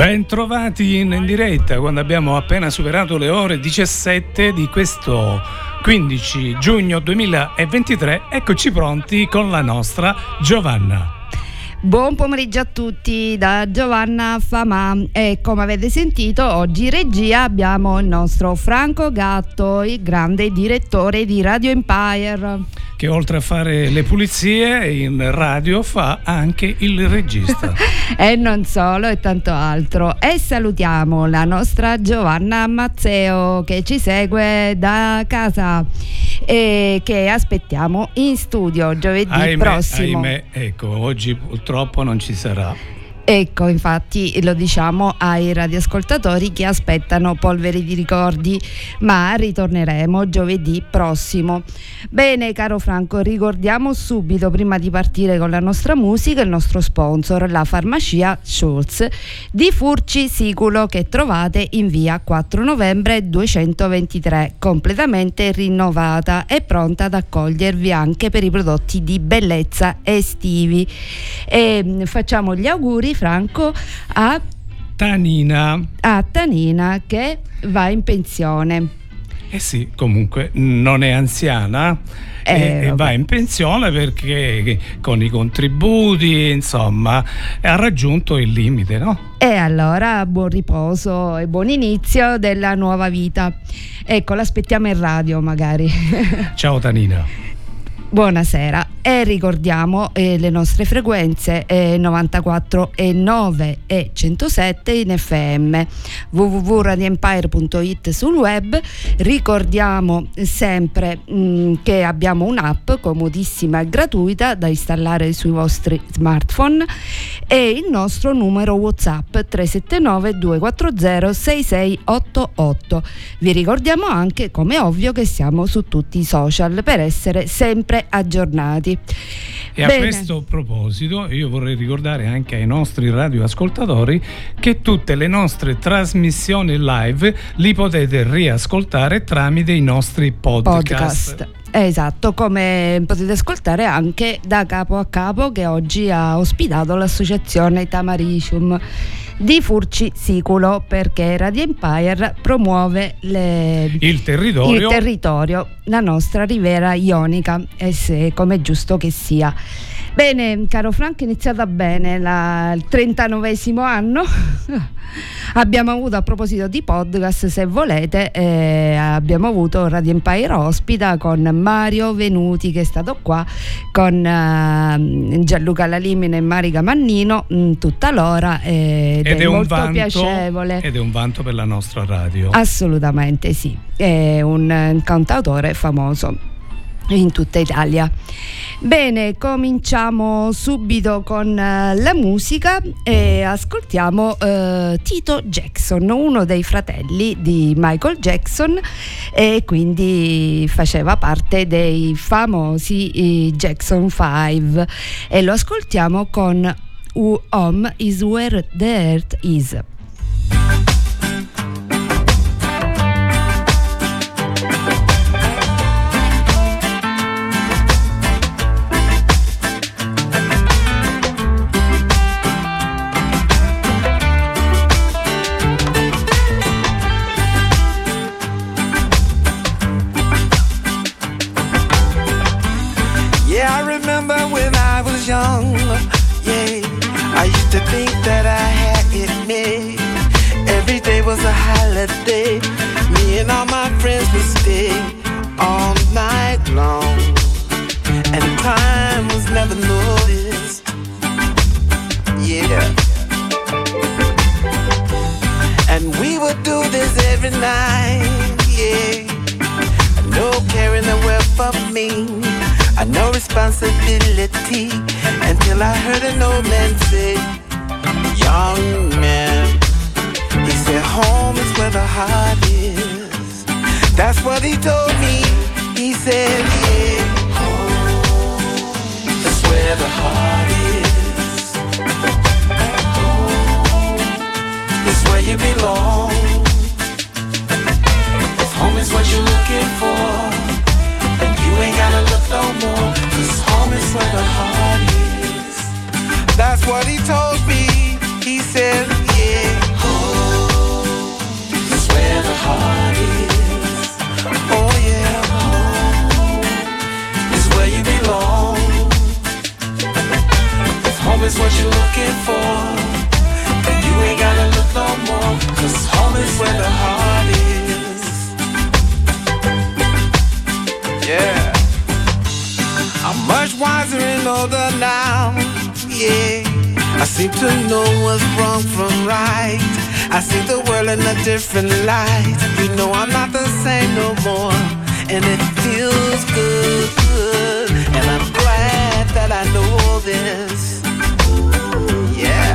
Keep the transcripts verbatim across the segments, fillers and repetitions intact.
Ben trovati in diretta quando abbiamo appena superato le ore diciassette di questo quindici giugno duemilaventitré. Eccoci pronti con la nostra Giovanna. Buon pomeriggio a tutti da Giovanna Famà e come avete sentito oggi in regia abbiamo il nostro Franco Gatto, il grande direttore di Radio Empire, che oltre a fare le pulizie in radio fa anche il regista. E non solo e tanto altro. E salutiamo la nostra Giovanna Mazzeo che ci segue da casa e che aspettiamo in studio giovedì ahimè, prossimo. Ahimè, ecco, oggi purtroppo non ci sarà. Ecco, infatti lo diciamo ai radioascoltatori che aspettano Polvere di ricordi, ma ritorneremo giovedì prossimo. Bene, caro Franco, ricordiamo subito, prima di partire con la nostra musica, il nostro sponsor, la farmacia Schulz di Furci Siculo, che trovate in via quattro novembre duecentoventitré, completamente rinnovata e pronta ad accogliervi anche per i prodotti di bellezza estivi. E facciamo gli auguri, Franco, a Tanina. A Tanina che va in pensione. Eh sì, comunque non è anziana eh, e va in pensione perché con i contributi, insomma, ha raggiunto il limite, no? E allora buon riposo e buon inizio della nuova vita. Ecco, l'aspettiamo in radio magari. Ciao Tanina. Buonasera e ricordiamo eh, le nostre frequenze eh, novantaquattro e nove e centosette in F M, w w w punto radio empire punto it sul web. Ricordiamo sempre mh, che abbiamo un'app comodissima e gratuita da installare sui vostri smartphone e il nostro numero WhatsApp tre sette nove due quattro zero sei sei otto otto. Vi ricordiamo anche, come ovvio, che siamo su tutti i social per essere sempre aggiornati. E Bene. A questo proposito io vorrei ricordare anche ai nostri radioascoltatori che tutte le nostre trasmissioni live li potete riascoltare tramite i nostri podcast. podcast. Esatto, come potete ascoltare anche da Capo a Capo, che oggi ha ospitato l'associazione Tamaricium di Furci Siculo, perché Radio Empire promuove le, il, territorio. il territorio, la nostra Riviera Ionica, e se, come è giusto che sia. Bene, caro Franco, è iniziata bene la, il trentanovesimo anno. Abbiamo avuto, a proposito di podcast, se volete, eh, abbiamo avuto Radio Empire ospita con Mario Venuti, che è stato qua con eh, Gianluca Lalimine e Marica Mannino mh, tutta l'ora, eh, ed, ed è, è molto vanto, piacevole. Ed è un vanto per la nostra radio. Assolutamente sì, è un, un cantautore famoso in tutta Italia. Bene, cominciamo subito con uh, la musica e ascoltiamo uh, Tito Jackson, uno dei fratelli di Michael Jackson, e quindi faceva parte dei famosi uh, Jackson Five, e lo ascoltiamo con Home is Where the Earth Is. Young, yeah, I used to think that I had it made. Every day was a holiday. Me and all my friends would stay all night long, and time was never noticed. Yeah, and we would do this every night. Yeah, no care in the world for me. I no responsibility, until I heard an old man say, young man, he said, home is where the heart is. That's what he told me. He said, yeah, home is where the heart is. Home is where you belong. If home is what you're looking for, you ain't gotta look no more, 'cause home is where the heart is. That's what he told me. He said, yeah, I seem to know what's wrong from right. I see the world in a different light. You know I'm not the same no more, and it feels good, good. And I'm glad that I know this. Yeah.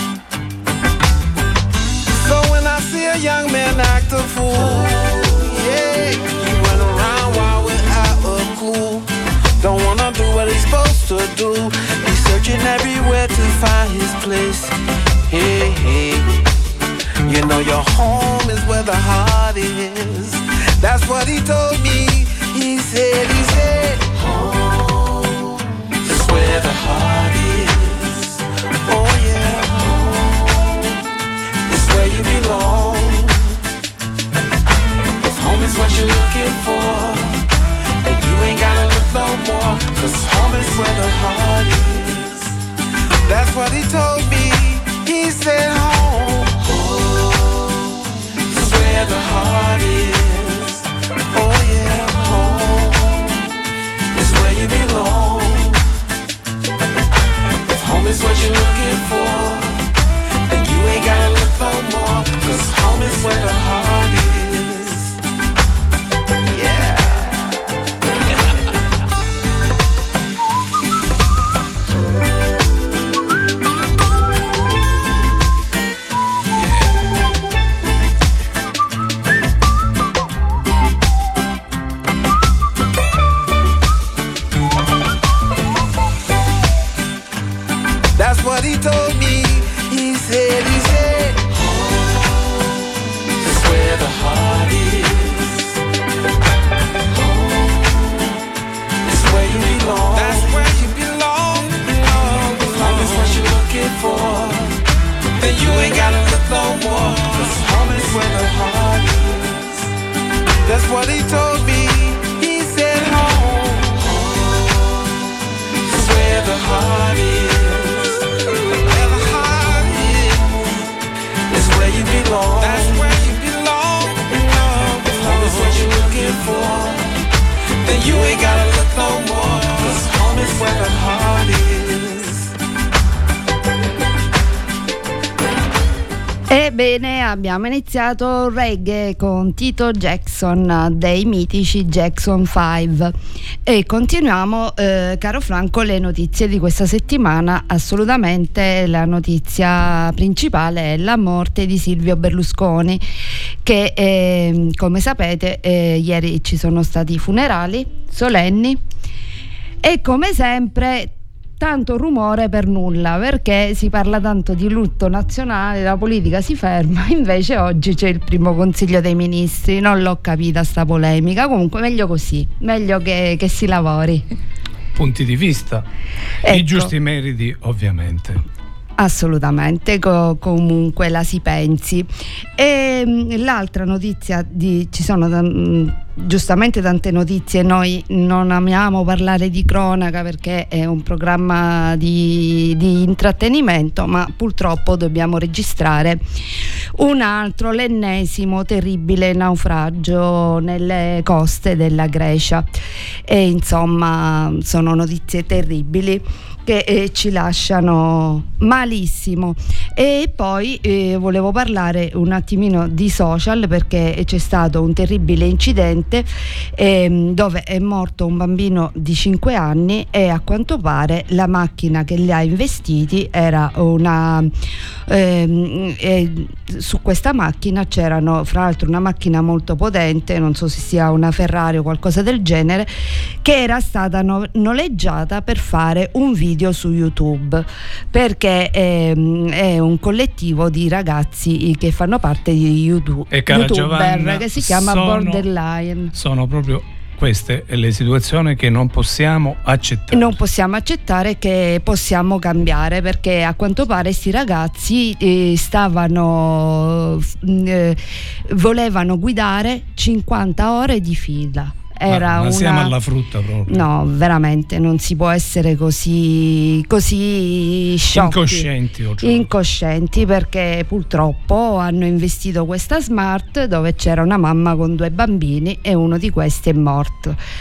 So when I see a young man act a fool, yeah, he run around while without a clue. Don't wanna do what he's supposed to do. He's searching everywhere to find his place. Hey, hey. You know your home is where the heart is. That's what he told me. He said, he said, home is where the heart is. Oh yeah, home is where you belong. If home is what you're looking for, then you ain't gotta look no more. Cause home is where the heart is. That's what he told me. He said home, home is where the heart is. Oh yeah, home is where you belong. If home is what you're looking for, then you ain't gotta look no more. Cause home is where the heart is. Yeah. That's what he told me. He said, he said, home is where the heart is. Home is where you belong. That's where you belong. belong. If home is what you're looking for, then you ain't gotta look no more. Cause home is where the heart is. That's what he told me. He said home, home is where the heart is. You belong. That's where you belong. If home is what you're looking for, then you ain't gotta look no more. Cause home is where the heart is. Ebbene, abbiamo iniziato reggae con Tito Jackson dei mitici Jackson cinque e continuiamo, eh, caro Franco, le notizie di questa settimana. Assolutamente la notizia principale è la morte di Silvio Berlusconi, che eh, come sapete eh, ieri ci sono stati i funerali solenni e come sempre tanto rumore per nulla, perché si parla tanto di lutto nazionale, la politica si ferma, invece oggi c'è il primo Consiglio dei Ministri. Non l'ho capita sta polemica, comunque meglio così, meglio che, che si lavori. Punti di vista, ecco. I giusti meriti ovviamente. Assolutamente, co- comunque la si pensi. E mh, l'altra notizia, di, ci sono mh, giustamente tante notizie, noi non amiamo parlare di cronaca perché è un programma di, di intrattenimento, ma purtroppo dobbiamo registrare un altro, l'ennesimo terribile naufragio nelle coste della Grecia e insomma sono notizie terribili che eh, ci lasciano malissimo. E poi eh, volevo parlare un attimino di social, perché c'è stato un terribile incidente eh, dove è morto un bambino di cinque anni e a quanto pare la macchina che li ha investiti era una eh, eh, su questa macchina c'erano, fra l'altro, una macchina molto potente, non so se sia una Ferrari o qualcosa del genere, che era stata no- noleggiata per fare un video su YouTube, perché è, è un collettivo di ragazzi che fanno parte di YouTube, e cara YouTuber Giovanna, che si chiama sono, Borderline. Sono proprio queste le situazioni che non possiamo accettare. Non possiamo accettare, che possiamo cambiare, perché a quanto pare sti ragazzi eh, stavano eh, volevano guidare cinquanta ore di fila. Era ma, ma una... siamo alla frutta proprio. No, veramente non si può essere così così sciocchi, incoscienti, cioè. incoscienti, perché purtroppo hanno investito questa Smart dove c'era una mamma con due bambini e uno di questi è morto.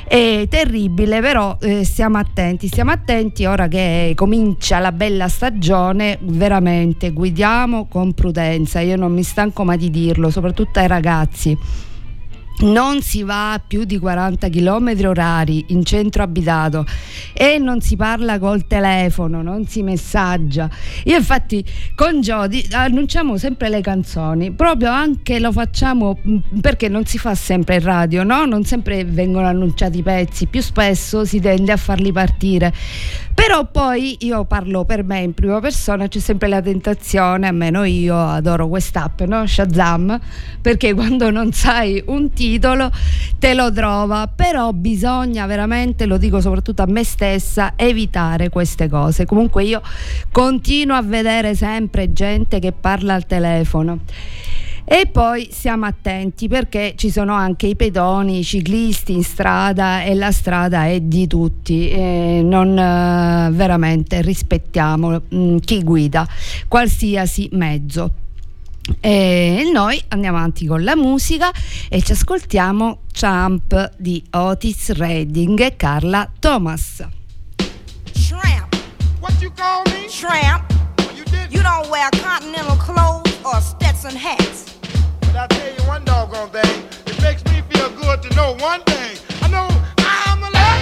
È terribile, però eh, stiamo attenti, stiamo attenti ora che comincia la bella stagione, veramente guidiamo con prudenza, io non mi stanco mai di dirlo, soprattutto ai ragazzi. Non si va a più di quaranta chilometri orari in centro abitato e non si parla col telefono, non si messaggia. Io infatti con Jody annunciamo sempre le canzoni, proprio anche lo facciamo perché non si fa sempre in radio, no? Non sempre vengono annunciati i pezzi, più spesso si tende a farli partire. Però poi io parlo per me in prima persona, c'è sempre la tentazione, almeno io adoro quest'app, no? Shazam, perché quando non sai un titolo te lo trova, però bisogna veramente, lo dico soprattutto a me stessa, evitare queste cose. Comunque io continuo a vedere sempre gente che parla al telefono. E poi stiamo attenti perché ci sono anche i pedoni, i ciclisti in strada e la strada è di tutti, e non eh, veramente rispettiamo mh, chi guida qualsiasi mezzo. E noi andiamo avanti con la musica e ci ascoltiamo Tramp di Otis Redding e Carla Thomas. Tramp. What you call me? Tramp. You did. You don't wear continental clothes or Stetson hats. But I tell you one doggone thing. It makes me feel good to know one thing. I know I'm alive.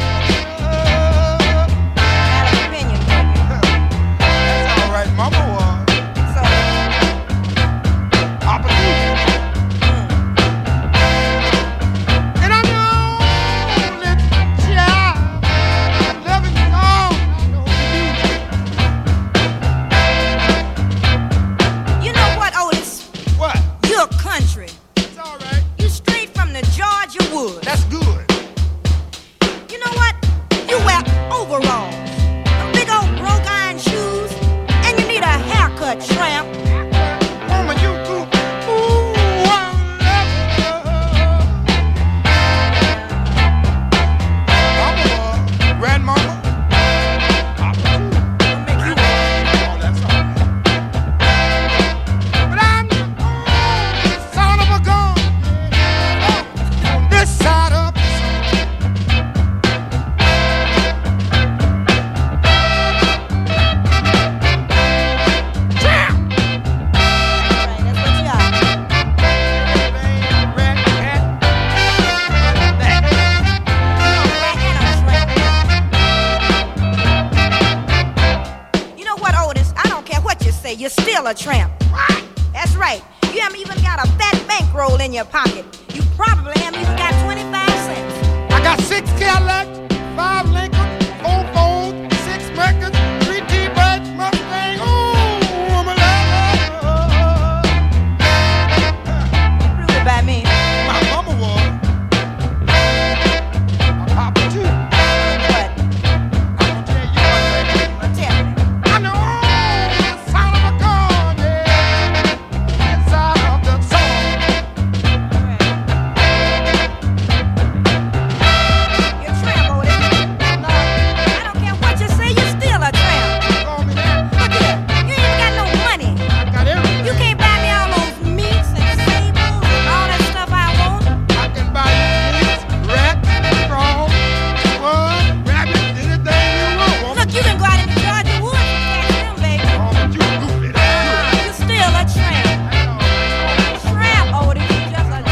Not an opinion, baby. That's all right, Mama was. So, Opportunity. mm, And I'm the only child loving song I know you. you know what, Otis? What? You're country. It's all right. You straight from the Georgia woods. That's good. You know what? You wear overalls, them big old broke iron shoes, and you need a haircut, Tramp. Woman, you do. Ooh, I love you. Mama was. Grandmama. Opportunity. I'll make you Oh, that's all right. But I'm the only son of a gun on this side of the sun. Tramp! right, that's what you are. Red hat, red back. You know what, Otis? I don't care what you say, you're still a tramp. What? That's right. You haven't even got a fat bankroll in your pocket. You probably haven't even got twenty-five cents. I got six Cadillac, five Lincoln, four Ford, six Mercury, three T-Birds, Mustang. Ooh, I'm alive. Prove it by me. My mama was. My papa too. What? I'm gonna tell you one thing. Well, tell me. I know the sound of a gun, yeah, inside of the song. You're a tramp, Otis. I don't care what you say, you're still a tramp. Call me that. Look here, you ain't even got no money. I got everything. You can't buy me all those meats and sables and all that stuff I want. I can buy you meats, rats, frogs, squirrels, rabbits, anything you want. woman. Look, you can go out in the Georgia woods and catch them, baby. Oh, but you goofy. Uh, you're still a tramp. Tramp, Otis, you're just a tramp.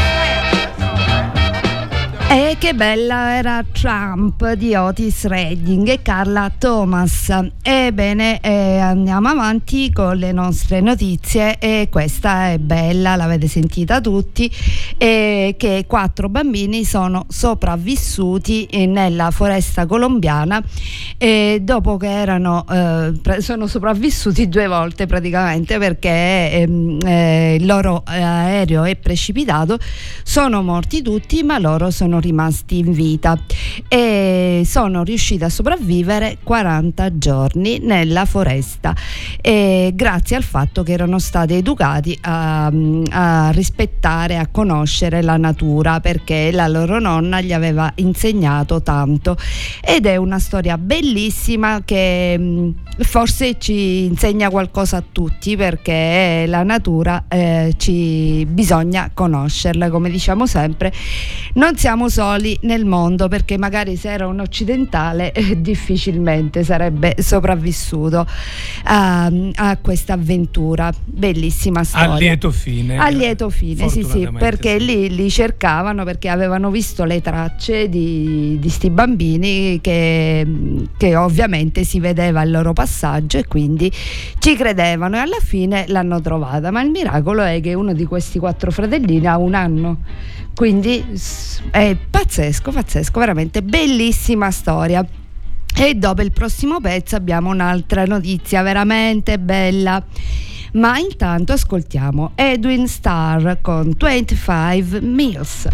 E che bella era Trump di Otis Redding e Carla Thomas. Ebbene, eh, andiamo avanti con le nostre notizie e questa è bella, l'avete sentita tutti, eh, che quattro bambini sono sopravvissuti eh, nella foresta colombiana eh, dopo che erano eh, pre- sono sopravvissuti due volte praticamente perché ehm, eh, il loro aereo è precipitato, sono morti tutti ma loro sono rimasti in vita e sono riusciti a sopravvivere quaranta giorni nella foresta e grazie al fatto che erano stati educati a, a rispettare, a conoscere la natura perché la loro nonna gli aveva insegnato tanto ed è una storia bellissima che mh, forse ci insegna qualcosa a tutti perché la natura eh, ci bisogna conoscerla, come diciamo sempre, non siamo soli soli nel mondo, perché magari se era un occidentale eh, difficilmente sarebbe sopravvissuto a, a questa avventura. Bellissima storia. A lieto fine. A lieto fine, sì, sì, perché sì. lì li cercavano perché avevano visto le tracce di, di sti bambini che, che ovviamente si vedeva il loro passaggio e quindi ci credevano, e alla fine l'hanno trovata. Ma il miracolo è che uno di questi quattro fratellini ha un anno, quindi è pazzesco, pazzesco, veramente bellissima storia. E dopo il prossimo pezzo abbiamo un'altra notizia veramente bella, ma intanto ascoltiamo Edwin Starr con venticinque Mills.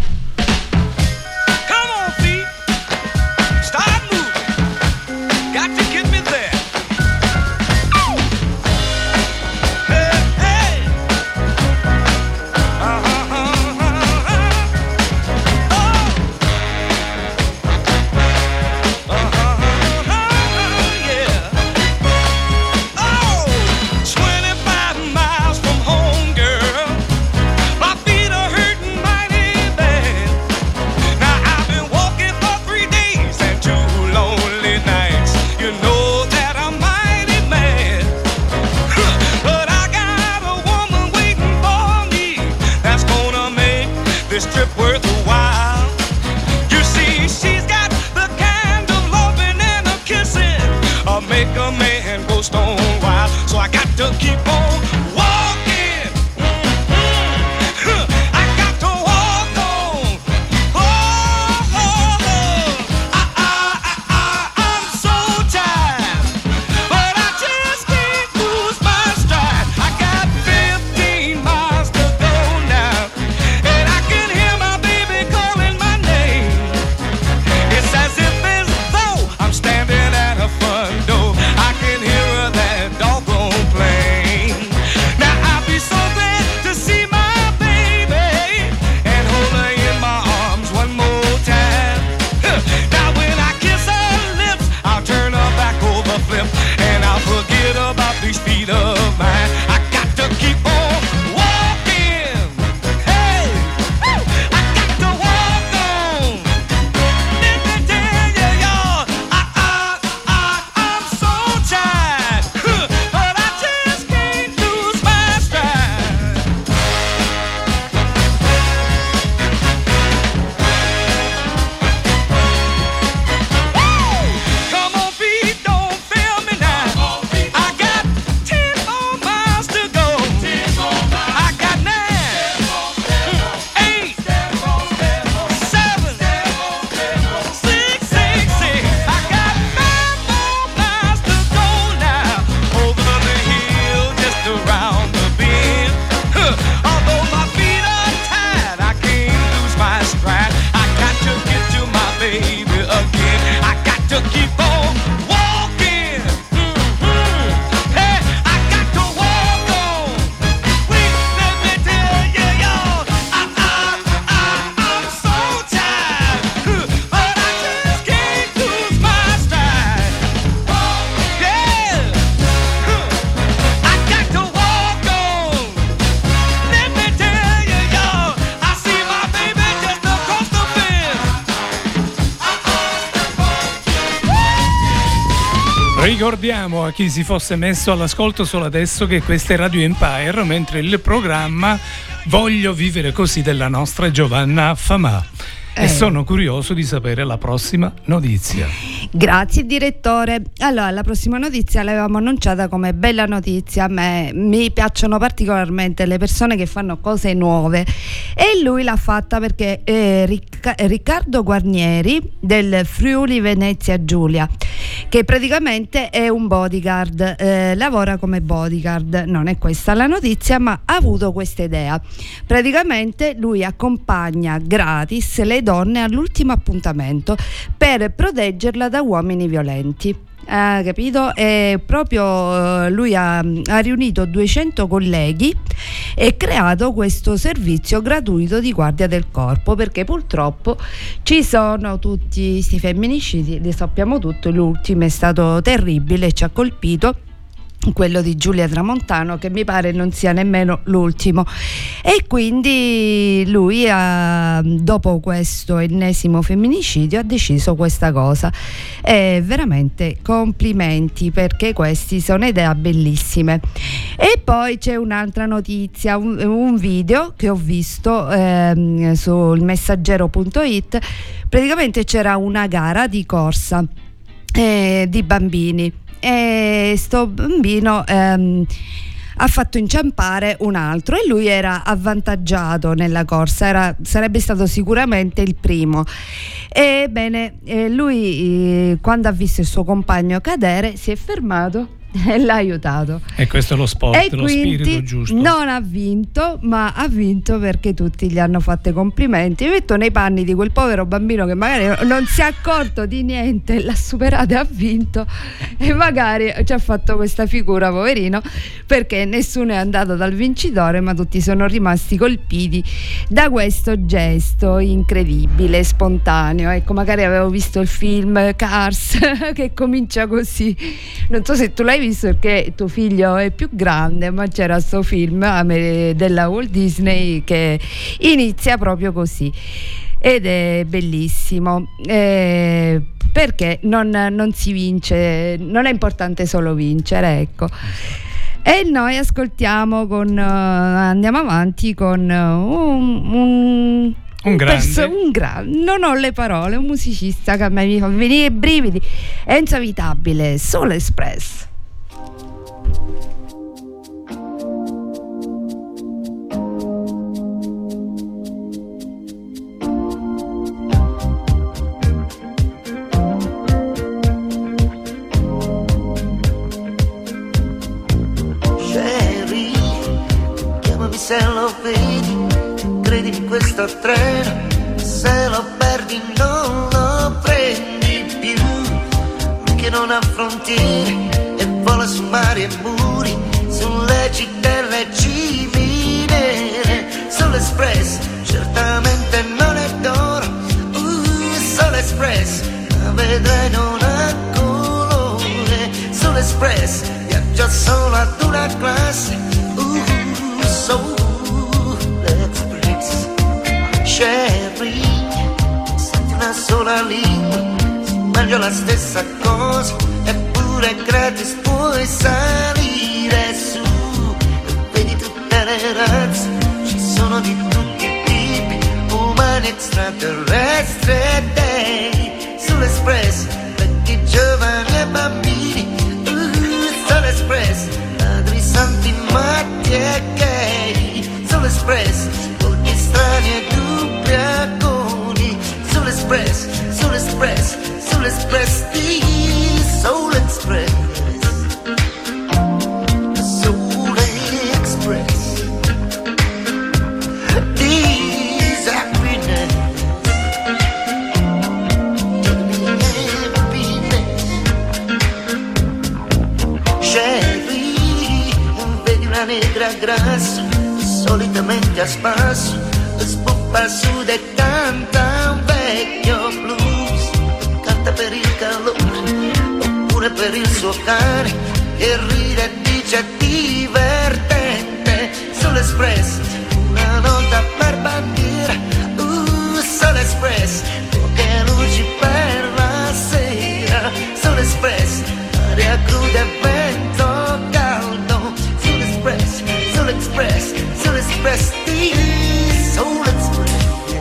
Ricordiamo a chi si fosse messo all'ascolto solo adesso che questa è Radio Empire, mentre il programma Voglio vivere così della nostra Giovanna Famà. Eh. E sono curioso di sapere la prossima notizia. Grazie direttore. Allora, la prossima notizia l'avevamo annunciata come bella notizia. A me mi piacciono particolarmente le persone che fanno cose nuove, e lui l'ha fatta perché eh, Ricca- Riccardo Guarnieri del Friuli Venezia Giulia, che praticamente è un bodyguard, eh, lavora come bodyguard. Non è questa la notizia, ma ha avuto questa idea. Praticamente lui accompagna gratis le donne all'ultimo appuntamento per proteggerla da uomini violenti. Ha eh, capito? E proprio eh, lui ha, ha riunito duecento colleghi e creato questo servizio gratuito di guardia del corpo, perché purtroppo ci sono tutti questi femminicidi, li sappiamo tutti. L'ultimo è stato terribile, ci ha colpito. quello di Giulia Tramontano, che mi pare non sia nemmeno l'ultimo, e quindi lui ha, dopo questo ennesimo femminicidio, ha deciso questa cosa, e veramente complimenti, perché questi sono idee bellissime. E poi c'è un'altra notizia, un, un video che ho visto ehm, sul messaggero punto it. Praticamente c'era una gara di corsa eh, di bambini, e sto bambino ehm, ha fatto inciampare un altro e lui era avvantaggiato nella corsa, era, sarebbe stato sicuramente il primo. Ebbene, eh, lui eh, quando ha visto il suo compagno cadere si è fermato e l'ha aiutato, e questo è lo sport, e lo quindi spirito giusto. Non ha vinto, ma ha vinto perché tutti gli hanno fatto i complimenti. Mi metto nei panni di quel povero bambino che magari non si è accorto di niente, l'ha superato e ha vinto, e magari ci ha fatto questa figura, poverino, perché nessuno è andato dal vincitore, ma tutti sono rimasti colpiti da questo gesto incredibile, spontaneo. Ecco, magari avevo visto il film Cars che comincia così, non so se tu l'hai visto perché tuo figlio è più grande, ma c'era sto film della Walt Disney che inizia proprio così ed è bellissimo, eh, perché non, non si vince, non è importante solo vincere, ecco. E noi ascoltiamo con uh, andiamo avanti con uh, un, un Un grande. Perso- un gra- non ho le parole, un musicista che a me mi fa venire i brividi, Enzo Avitabile, Soul Express. Sherry, chiamami se lo vedi, credi in questo treno, se lo perdi non lo prendi più, che non ha frontiere e vola su mari e muri, sulle cittelle ciminiere. Soul Express certamente non è d'oro, uh, Soul Express la vedrai non ha colore. Soul Express viaggia solo ad una classe, uh, Soul Express. Sherry, senti una sola lingua, si mangia la stessa cosa, eppure gratis puoi salire su. Vedi tutte le razze, ci sono di tutti i tipi, umani, extraterrestri e dei. Sull'Express, vecchi, giovani e bambini, uh, Sull'Express, ladri, santi, matti e gay. Sull'Express, volti strani e ubriaconi. Sull'Express, Sull'Express, Sull'Express di Soul Express. Soul Express. These happiness. Happiness. Sherry, vedi una negra grassa, solitamente a spasso, spuppa su e canta un vecchio blues, canta per il calore oppure per il suo cane, e ride e dice divertente. Sull'Express una nota per bandiera, uh, Sull'Express poche luci per la sera. Sull'Express aria cruda e vento caldo. Sull'Express, Sull'Express, Sull'Express di Soul Express.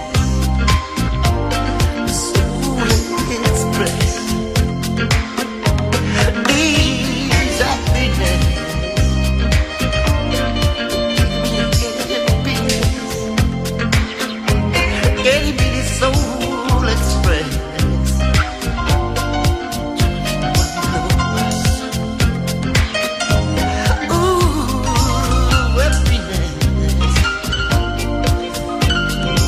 Soul Express. These happiness. Give me the Soul Express. Ooh, happiness.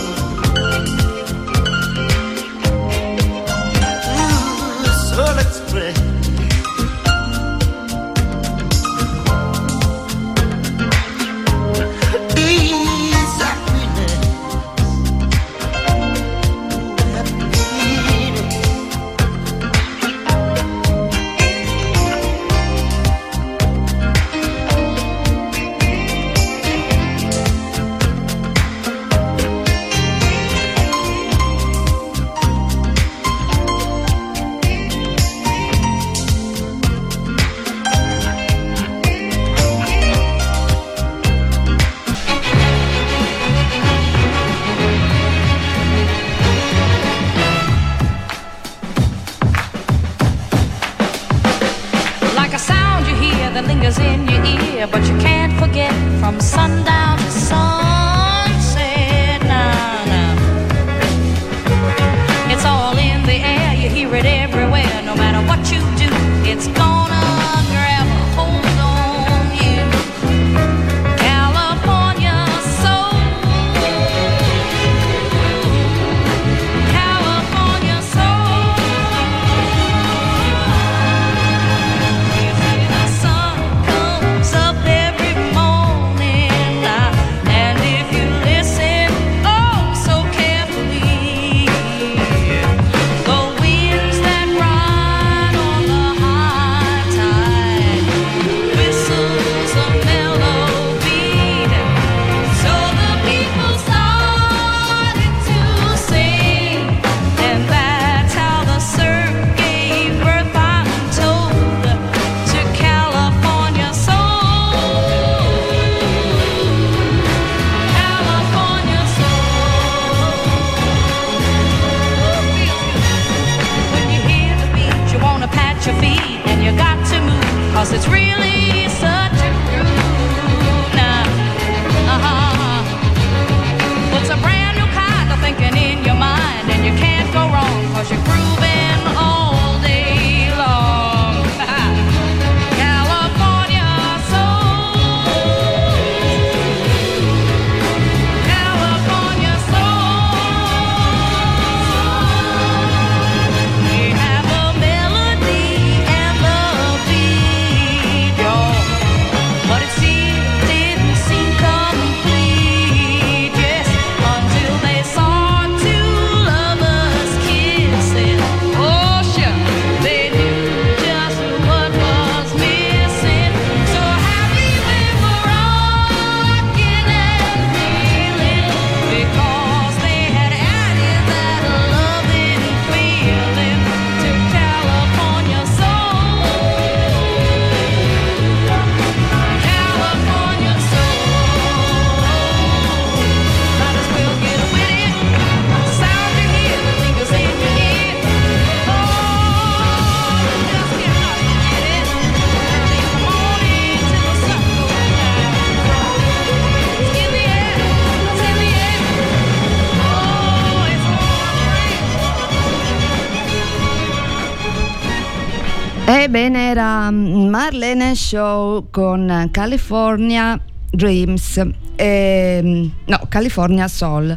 Ebbene, era Marlene Shaw con California Dreams, eh, no, California Soul.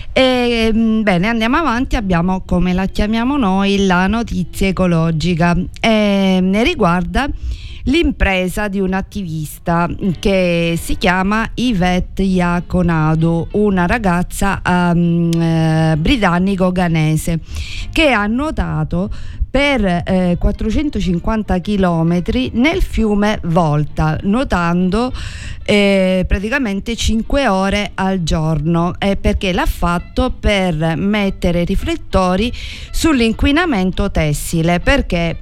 E, bene, andiamo avanti. Abbiamo, come la chiamiamo noi, la notizia ecologica, e ne riguarda l'impresa di un attivista che si chiama Yvette Iaconadu, una ragazza um, eh, britannico-ghanese che ha nuotato per eh, quattrocentocinquanta chilometri nel fiume Volta, nuotando eh, praticamente cinque ore al giorno, eh, perché l'ha fatto per mettere riflettori sull'inquinamento tessile, perché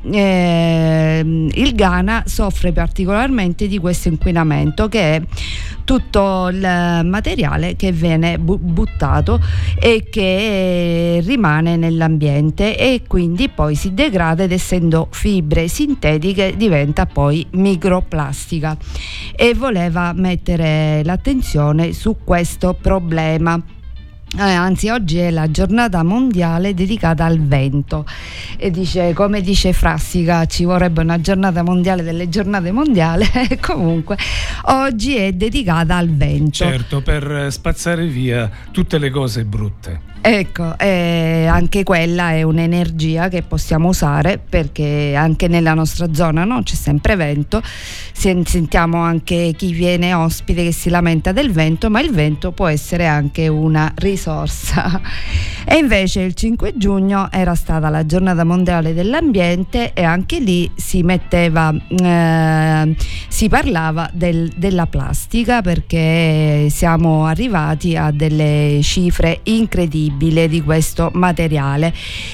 eh, il Ghana soffre particolarmente di questo inquinamento, che è tutto il materiale che viene bu- buttato e che rimane nell'ambiente e quindi poi si degrada, ed essendo fibre sintetiche diventa poi microplastica, e voleva mettere l'attenzione su questo problema. Eh, anzi, oggi è la giornata mondiale dedicata al vento, e dice, come dice Frassica, ci vorrebbe una giornata mondiale delle giornate mondiali. Comunque oggi è dedicata al vento, certo, per spazzare via tutte le cose brutte. Ecco, eh, anche quella è un'energia che possiamo usare, perché anche nella nostra zona, no, c'è sempre vento. Sentiamo anche chi viene ospite che si lamenta del vento, ma il vento può essere anche una risorsa. E invece il cinque giugno era stata la giornata mondiale dell'ambiente, e anche lì si metteva eh, si parlava del, della plastica, perché siamo arrivati a delle cifre incredibili di questo materiale,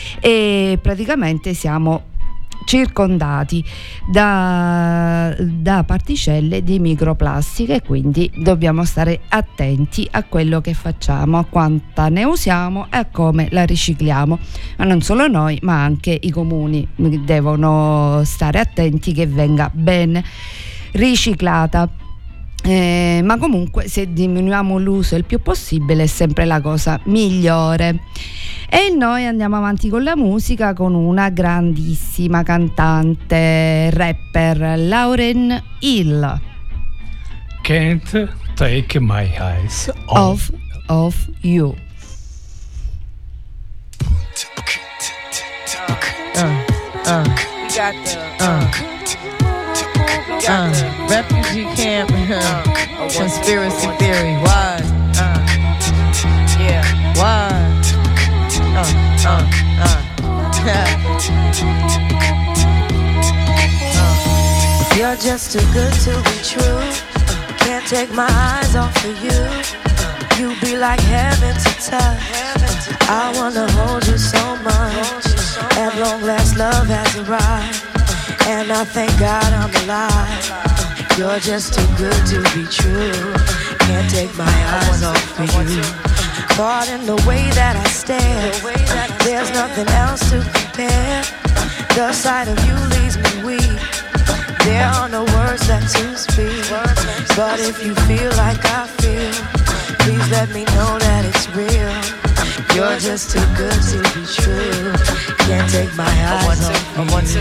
e praticamente siamo circondati da, da particelle di microplastica, e quindi dobbiamo stare attenti a quello che facciamo, a quanta ne usiamo e a come la ricicliamo. Ma non solo noi, ma anche i comuni devono stare attenti che venga ben riciclata. Eh, ma comunque, se diminuiamo l'uso il più possibile, è sempre la cosa migliore. E noi andiamo avanti con la musica, con una grandissima cantante, rapper, Lauryn Hill. Can't take my eyes off of you. Uh, uh, we got the uh. Uh, refugee camp, uh, conspiracy theory, why? Uh, yeah, why? Uh, uh, uh. You're just too good to be true. Can't take my eyes off of you. You be like heaven to touch. I wanna hold you so much. At long last, love has arrived, and I thank God I'm alive. You're just too good to be true. Can't take my eyes off of you. Caught in the way that I stare, there's nothing else to compare. The sight of you leaves me weak. There are no words left to speak. But if you feel like I feel, please let me know that it's real. You're just too good to be true. Can't take my eyes off of you.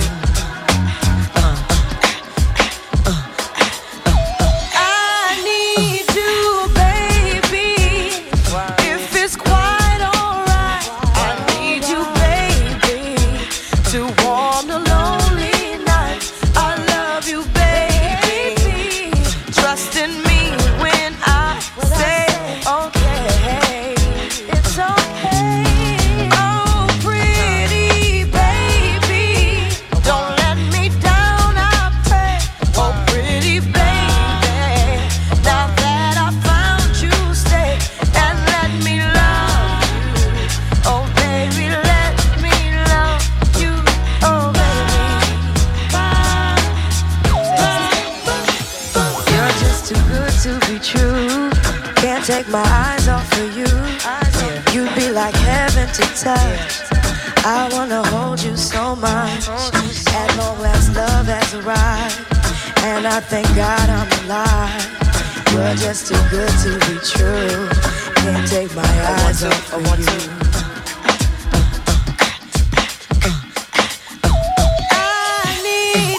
Take my eyes off of you. You'd be like heaven to touch. I wanna hold you so much. At long last, love has arrived, and I thank God I'm alive. You're just too good to be true. Can't take my eyes off of you. I need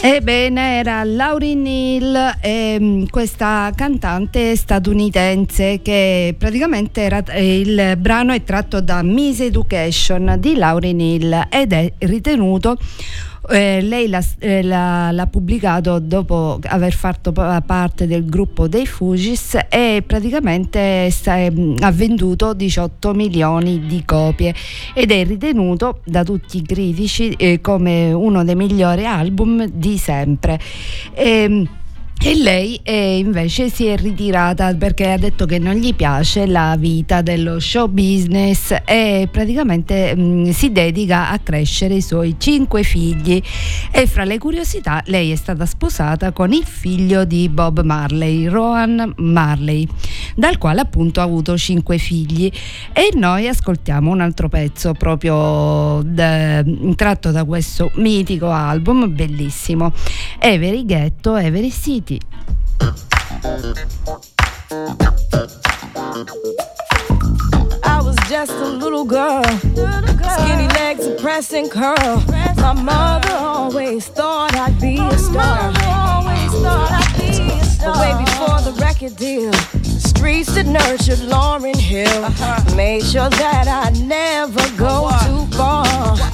Ebbene, era Lauryn Hill, ehm, questa cantante statunitense che praticamente era, eh, il brano è tratto da Miss Education di Lauryn Hill ed è ritenuto Eh, lei l'ha, eh, l'ha, l'ha pubblicato dopo aver fatto parte del gruppo dei Fugees e praticamente sta, eh, ha venduto diciotto milioni di copie ed è ritenuto da tutti i critici eh, come uno dei migliori album di sempre. E, E lei eh, invece si è ritirata perché ha detto che non gli piace la vita dello show business e praticamente mh, si dedica a crescere i suoi cinque figli. E fra le curiosità, lei è stata sposata con il figlio di Bob Marley, Rowan Marley, dal quale appunto ha avuto cinque figli. E noi ascoltiamo un altro pezzo proprio da, tratto da questo mitico album bellissimo, Every Ghetto, Every City. I was just a little girl, skinny legs and pressing curl. My mother always thought I'd be a star. But way before the record deal, streets that nurtured Lauryn Hill made sure that I never go too far.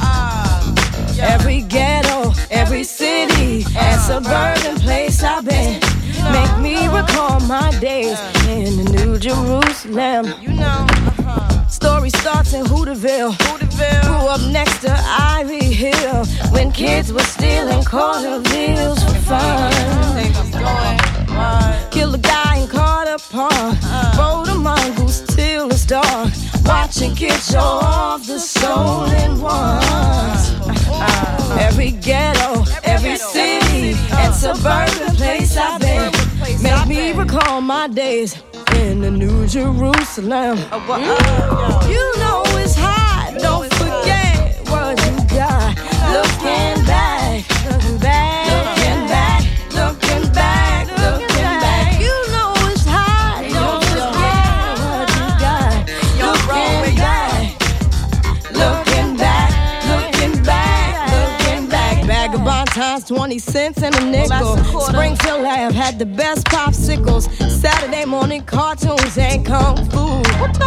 Every ghetto, every city and suburban place I've been make me recall my days in the New Jerusalem. You know, story starts in Hooterville. Grew up next to Ivy Hill when kids were stealing quarter bills for fun. Killed a guy in Carter Park, rode a mongoose till it's dark, watching kids show off the stolen ones. Every ghetto, every city and suburban place I've been make me recall my days in the New Jerusalem. You know it's hot, don't forget what you got. Looking back, looking back, looking back, looking back, looking back. You know it's hot, don't forget what you got. Looking back, looking back, looking back, looking back. Vagabond times twenty cents and a nickel. Springfield Lab had the best popsicles. Saturday morning cartoons and kung fu.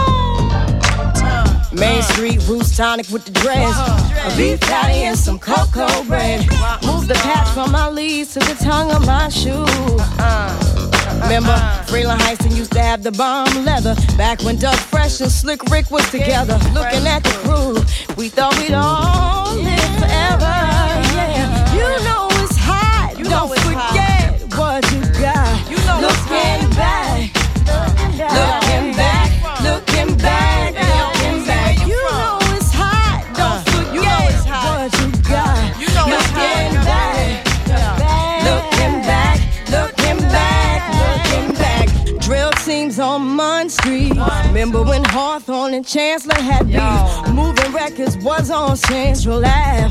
Main Street Roots tonic with the dreads, a beef patty and some cocoa bread. Move the patch from my leaves to the tongue of my shoe. Remember, Freeland Heiston used to have the bomb leather. Back when Doug Fresh and Slick Rick was together. Looking at the crew, we thought we'd all live forever. Yeah, you know it's hot. Don't forget what you got. Looking back, looking back, looking back, looking back. You know it's hot. Don't forget what you got. Looking back, looking back, looking back, looking back. Drill teams on Munn Street. Remember when Hawthorne and Chancellor had beef? Moving Records was on Central Ave.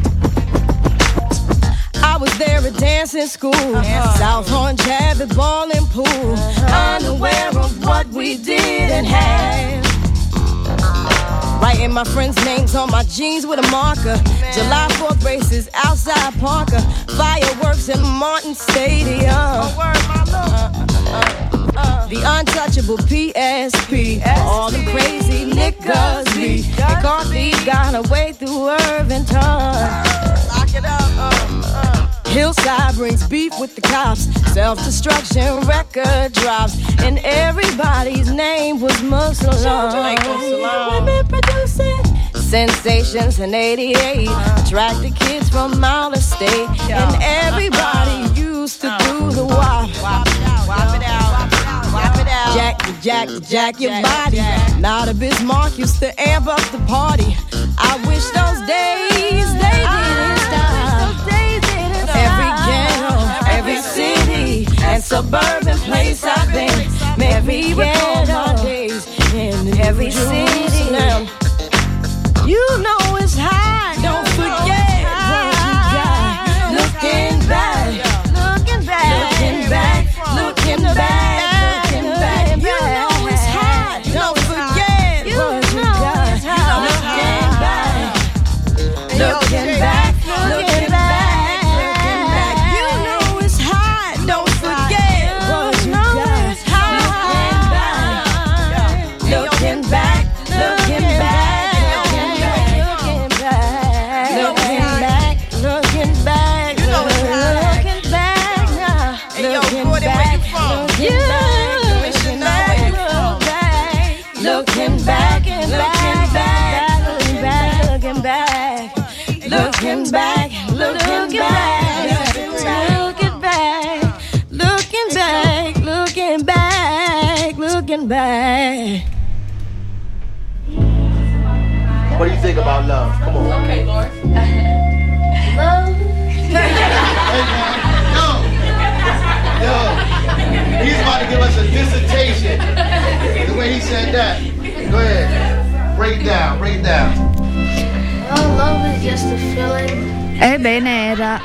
I was there at dancing school, South Horn Jab at ball and pool, unaware of what we did and had. Writing my friends' names on my jeans with a marker. July fourth races outside Parker, fireworks in Martin Stadium. The untouchable P S P, all them crazy niggas be. McCarthy got away through Irvington. Lock it up. Uh, uh. Hillside brings beef with the cops. Self-destruction record drops, and everybody's name was Muslim. Women producing sensations in eighty-eight, attracted kids from out of state, and everybody used to do the wop. Wop it out, wop it out. Jack, jack, jack your body. Now the Bismarck used to amp up the party. I wish those days they didn't stop. Every ghetto, every city and suburban place I've been, make me recall my days in every city. You know it's high. Don't forget what you got. Looking back, looking back, looking back, looking back. Looking back, looking back, looking back, looking back, looking back, looking back, looking back, looking back, looking back. What do you think about love? Come on. Okay, Lord. Love. Hey man, yo, yo, he's about to give us a dissertation. The way he said that. Go ahead, break it down, break it down. Well, love is just a feeling. Ebbene, era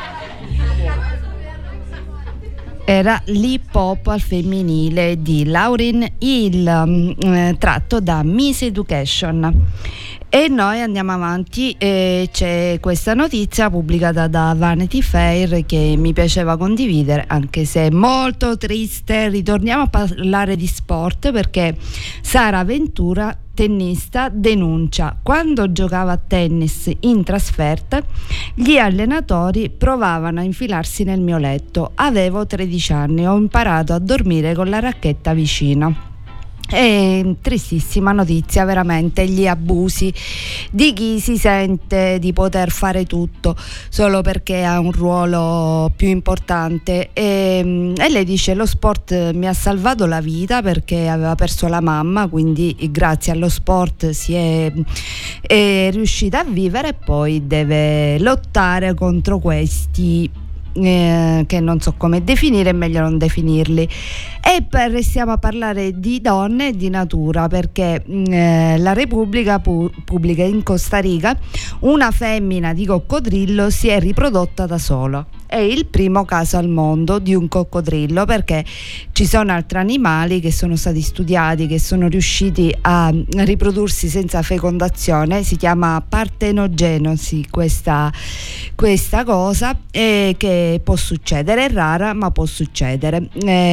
era l'hip hop al femminile di Lauryn Hill, eh, tratto da Miss Education. E noi andiamo avanti, e c'è questa notizia pubblicata da Vanity Fair che mi piaceva condividere, anche se è molto triste. Ritorniamo a parlare di sport perché Sara Ventura, tennista, denuncia: quando giocava a tennis in trasferta gli allenatori provavano a infilarsi nel mio letto, avevo tredici anni, ho imparato a dormire con la racchetta vicina. È tristissima notizia, veramente, gli abusi di chi si sente di poter fare tutto solo perché ha un ruolo più importante, e, e lei dice: lo sport mi ha salvato la vita perché aveva perso la mamma, quindi grazie allo sport si è, è riuscita a vivere, e poi deve lottare contro questi Eh, che non so come definire, è meglio non definirli. E per, restiamo a parlare di donne e di natura perché eh, la Repubblica pu- pubblica in Costa Rica una femmina di coccodrillo si è riprodotta da sola. È il primo caso al mondo di un coccodrillo, perché ci sono altri animali che sono stati studiati, che sono riusciti a riprodursi senza fecondazione. Si chiama partenogenosi questa, questa cosa, e che può succedere, è rara ma può succedere.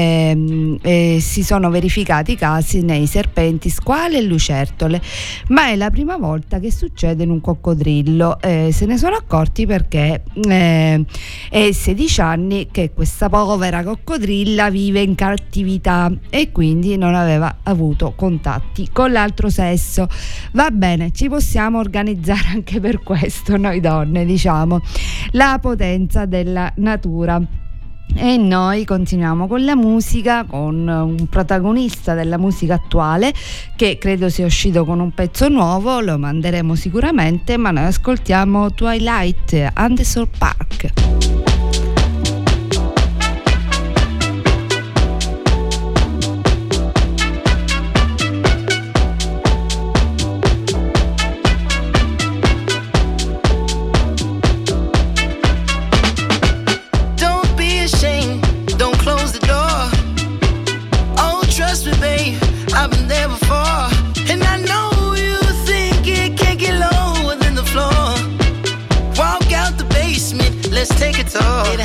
E, e si sono verificati casi nei serpenti, squale e lucertole, ma è la prima volta che succede in un coccodrillo. E se ne sono accorti perché eh, è sedici anni che questa povera coccodrilla vive in cattività e quindi non aveva avuto contatti con l'altro sesso. Va bene, ci possiamo organizzare anche per questo noi donne, diciamo, la potenza della natura. E noi continuiamo con la musica, con un protagonista della musica attuale che credo sia uscito con un pezzo nuovo, lo manderemo sicuramente, ma noi ascoltiamo Twilight, Anderson Park. Let's take it all.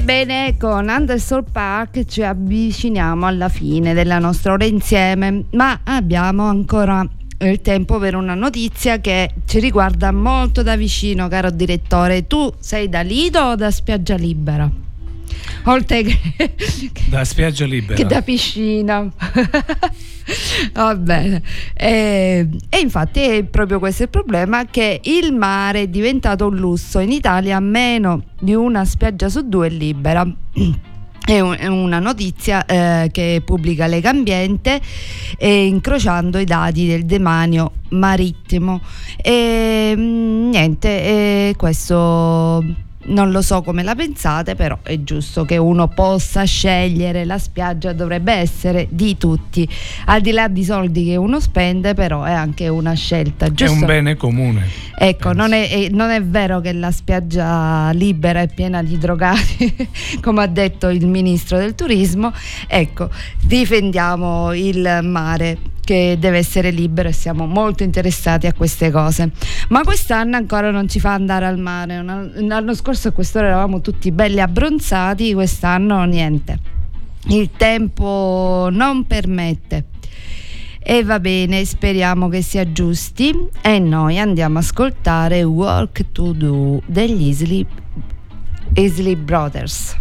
Ebbene, con Anderson Park ci avviciniamo alla fine della nostra ora insieme, ma abbiamo ancora il tempo per una notizia che ci riguarda molto da vicino, caro direttore. Tu sei da Lido o da Spiaggia Libera? Oltre che da Spiaggia Libera che da piscina. Va bene. E, e infatti è proprio questo il problema, che il mare è diventato un lusso. In Italia meno di una spiaggia su due è libera. È una notizia eh, che pubblica Legambiente, eh, incrociando i dati del demanio marittimo. E niente, eh, questo non lo so come la pensate, però è giusto che uno possa scegliere. La spiaggia dovrebbe essere di tutti, al di là di soldi che uno spende, però è anche una scelta, giusto? È un bene comune. Ecco, non è, è, non è vero che la spiaggia libera è piena di drogati, come ha detto il ministro del turismo. Ecco, difendiamo il mare, che deve essere libero, e siamo molto interessati a queste cose. Ma quest'anno ancora non ci fa andare al mare. L'anno scorso a quest'ora eravamo tutti belli abbronzati, quest'anno niente, il tempo non permette. E va bene, speriamo che si aggiusti, e noi andiamo a ascoltare Work to Do degli Isley, Isley Brothers.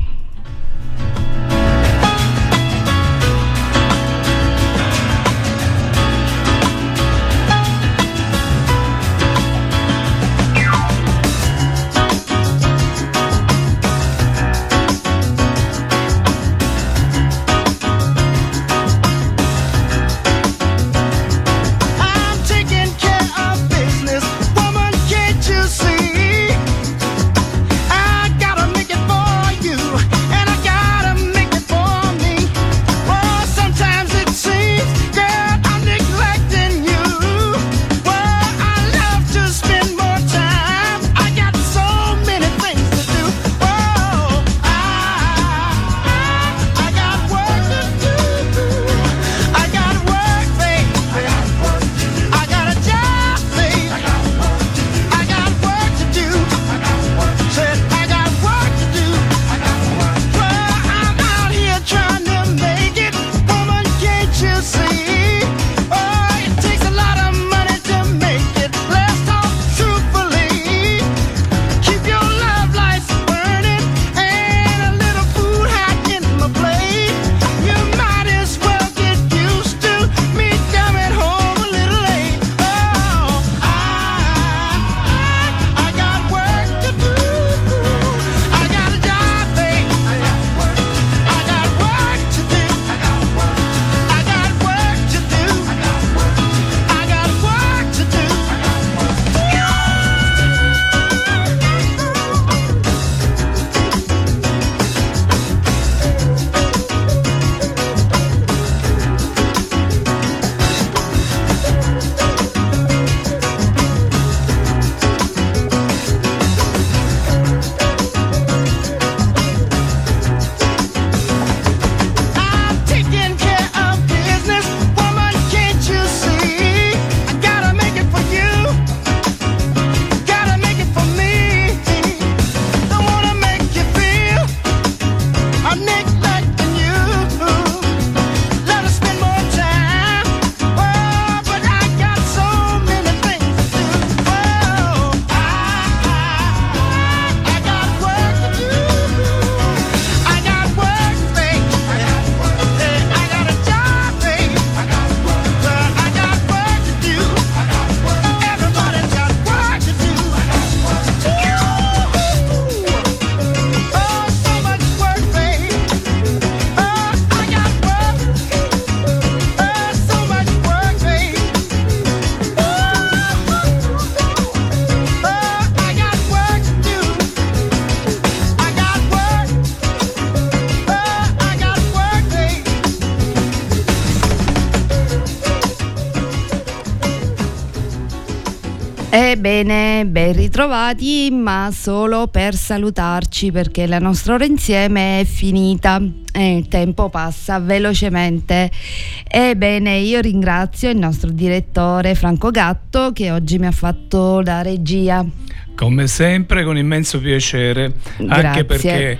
Ebbene, ben ritrovati, ma solo per salutarci, perché la nostra ora insieme è finita e il tempo passa velocemente. Ebbene, io ringrazio il nostro direttore Franco Gatto, che oggi mi ha fatto la regia. Come sempre, con immenso piacere. Grazie. Anche perché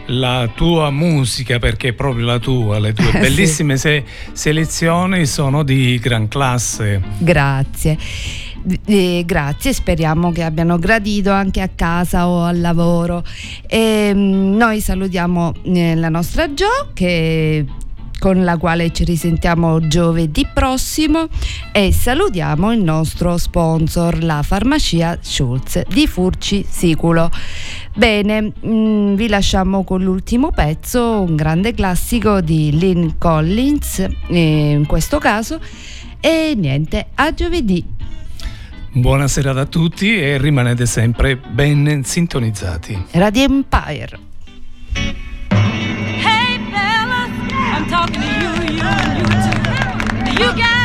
la tua musica, perché è proprio la tua, le tue bellissime se- selezioni sono di gran classe. Grazie. Eh, grazie, speriamo che abbiano gradito anche a casa o al lavoro. E, mh, noi salutiamo eh, la nostra Jo, che con la quale ci risentiamo giovedì prossimo, e salutiamo il nostro sponsor, la farmacia Schulz di Furci Siculo. Bene, mh, vi lasciamo con l'ultimo pezzo, un grande classico di Lynn Collins, eh, in questo caso, e niente, a giovedì. Buona serata a tutti e rimanete sempre ben sintonizzati. Radio Empire. Hey fellas, I'm talking to you, you, you too. You guys